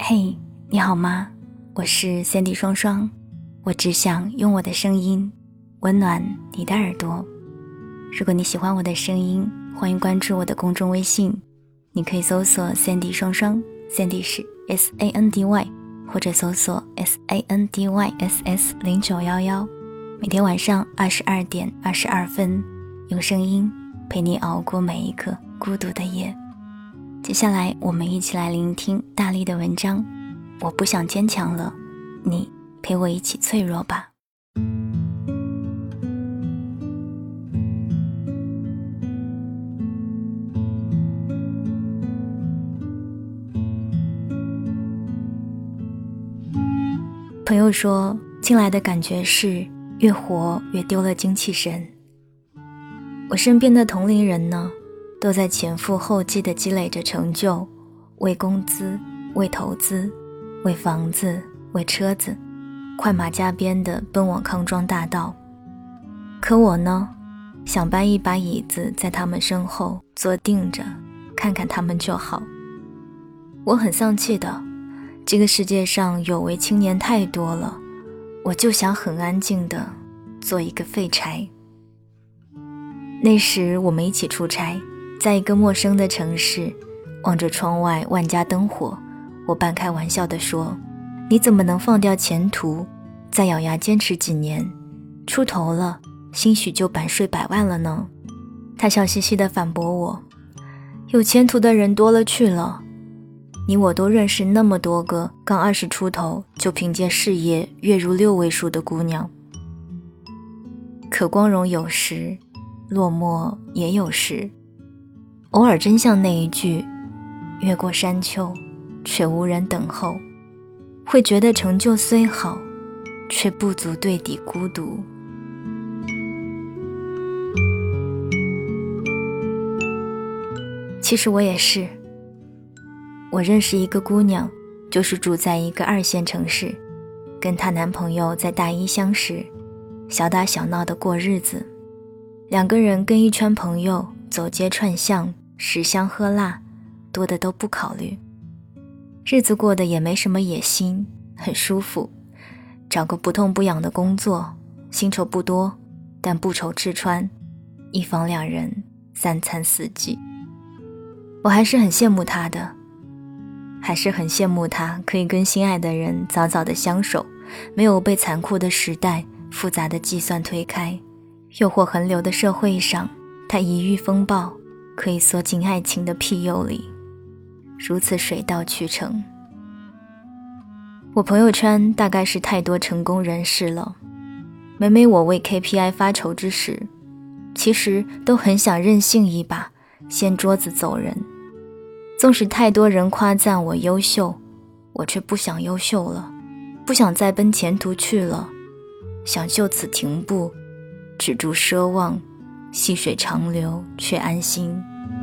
嘿，你好吗？我是 Sandy 双双，我只想用我的声音温暖你的耳朵。如果你喜欢我的声音，欢迎关注我的公众微信，你可以搜索 Sandy 双双， Sandy 是 SANDY， 或者搜索 SANDYSS0911， 每天晚上22点22分，用声音陪你熬过每一个孤独的夜。接下来我们一起来聆听大力的文章，我不想坚强了，你陪我一起脆弱吧。朋友说，近来的感觉是越活越丢了精气神。我身边的同龄人呢，都在前赴后继地积累着成就，为工资，为投资，为房子，为车子，快马加鞭地奔往康庄大道。可我呢，想搬一把椅子在他们身后坐定着，看看他们就好。我很丧气的，这个世界上有为青年太多了，我就想很安静地做一个废柴。那时我们一起出差，在一个陌生的城市，望着窗外万家灯火，我半开玩笑地说，你怎么能放掉前途，再咬牙坚持几年，出头了兴许就版税100万了呢？他笑嘻嘻地反驳我，有前途的人多了去了，你我都认识那么多个刚20出头就凭借事业月入6位数的姑娘。可光荣有时，落寞也有时，偶尔真像那一句，越过山丘却无人等候，会觉得成就虽好，却不足对抵孤独。其实我也是，我认识一个姑娘，就是住在一个2线城市，跟她男朋友在大一相识，小打小闹的过日子，两个人跟一圈朋友走街串巷，食香喝辣，多的都不考虑，日子过得也没什么野心，很舒服，找个不痛不痒的工作，薪酬不多，但不愁吃穿，一房2人，3餐4季。我还是很羡慕她的，还是很羡慕她可以跟心爱的人早早的相守，没有被残酷的时代复杂的计算推开，诱惑横流的社会上，她一遇风暴可以缩进爱情的庇佑里，如此水到渠成。我朋友圈大概是太多成功人士了，每每我为 KPI 发愁之时，其实都很想任性一把，掀桌子走人。纵使太多人夸赞我优秀，我却不想优秀了，不想再奔前途去了，想就此停步，止住奢望，细水长流却安心。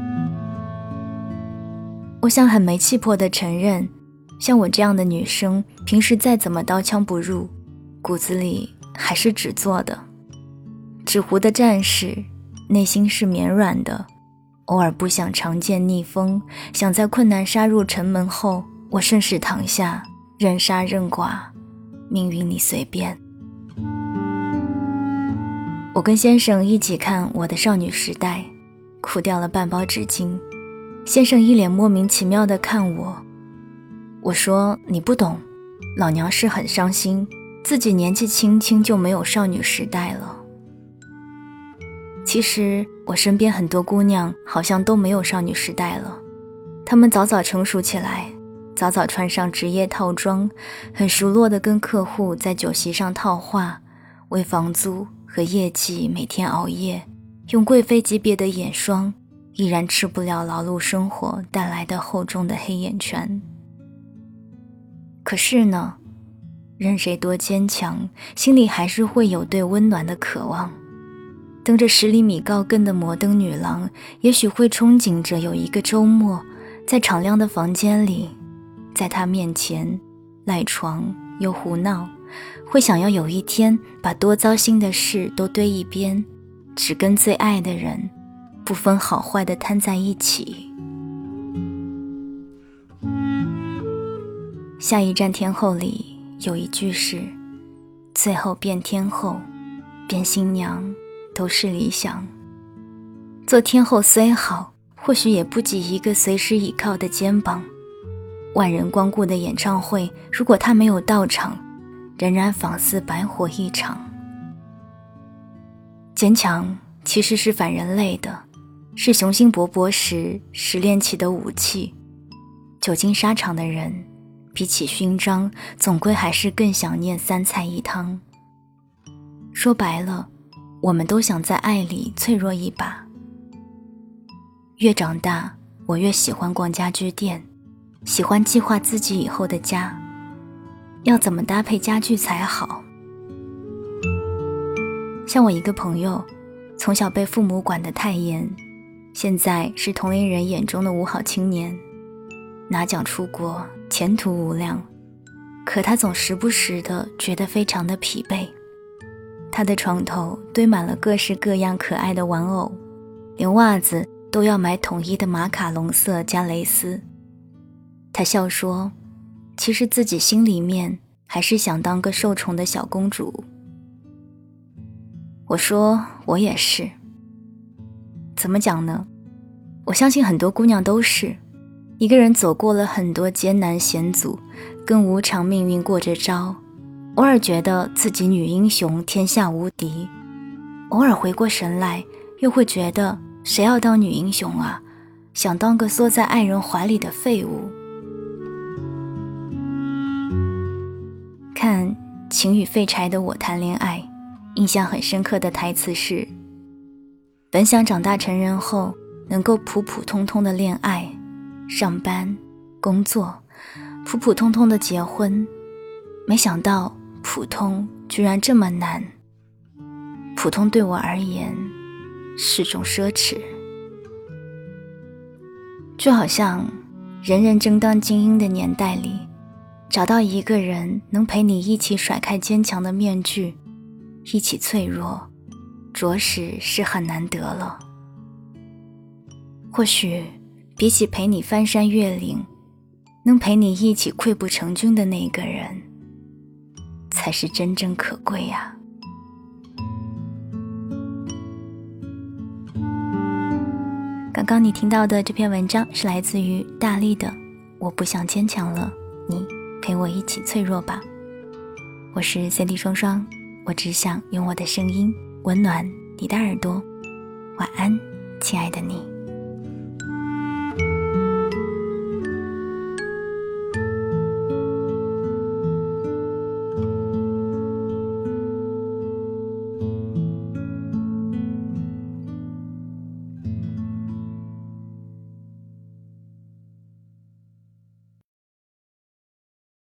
我想很没气魄地承认，像我这样的女生，平时再怎么刀枪不入，骨子里还是纸做的。纸糊的战士，内心是绵软的，偶尔不想常见逆风，想在困难杀入城门后，我顺势躺下，任杀任剐，命运你随便。我跟先生一起看我的少女时代，哭掉了半包纸巾，先生一脸莫名其妙地看我，我说你不懂，老娘是很伤心，自己年纪轻轻就没有少女时代了。其实我身边很多姑娘好像都没有少女时代了，她们早早成熟起来，早早穿上职业套装，很熟络地跟客户在酒席上套话，为房租和业绩每天熬夜，用贵妃级别的眼霜，依然吃不了劳碌生活带来的厚重的黑眼圈。可是呢，任谁多坚强，心里还是会有对温暖的渴望。蹬着10厘米高跟的摩登女郎，也许会憧憬着有一个周末，在敞亮的房间里，在她面前赖床又胡闹，会想要有一天把多糟心的事都堆一边，只跟最爱的人不分好坏地摊在一起。 下一站天后里有一句是，最后变天后变新娘都是理想。做天后虽好，或许也不及一个随时倚靠的肩膀。万人光顾的演唱会，如果他没有到场，仍然仿似白活一场。坚强其实是反人类的，是雄心勃勃时拾炼起的武器。久经沙场的人，比起勋章，总归还是更想念三菜一汤。说白了，我们都想在爱里脆弱一把。越长大，我越喜欢逛家居店，喜欢计划自己以后的家，要怎么搭配家具才好。像我一个朋友，从小被父母管得太严，现在是同龄人眼中的五好青年，拿奖出国，前途无量，可他总时不时地觉得非常的疲惫。他的床头堆满了各式各样可爱的玩偶，连袜子都要买统一的马卡龙色加蕾丝。他笑说，其实自己心里面还是想当个受宠的小公主。我说我也是。怎么讲呢？我相信很多姑娘都是一个人走过了很多艰难险阻，跟无常命运过着招，偶尔觉得自己女英雄天下无敌，偶尔回过神来又会觉得谁要当女英雄啊，想当个缩在爱人怀里的废物。看《情与废柴的我谈恋爱》，印象很深刻的台词是，本想长大成人后能够普普通通的恋爱，上班工作，普普通通的结婚，没想到普通居然这么难。普通对我而言是种奢侈。就好像人人争当精英的年代里，找到一个人能陪你一起甩开坚强的面具，一起脆弱，着实是很难得了。或许比起陪你翻山越岭，能陪你一起溃不成军的那个人才是真正可贵呀。刚刚你听到的这篇文章是来自于大力的《我不想坚强了，你陪我一起脆弱吧》。我是3D 双双，我只想用我的声音温暖你的耳朵。晚安，亲爱的你。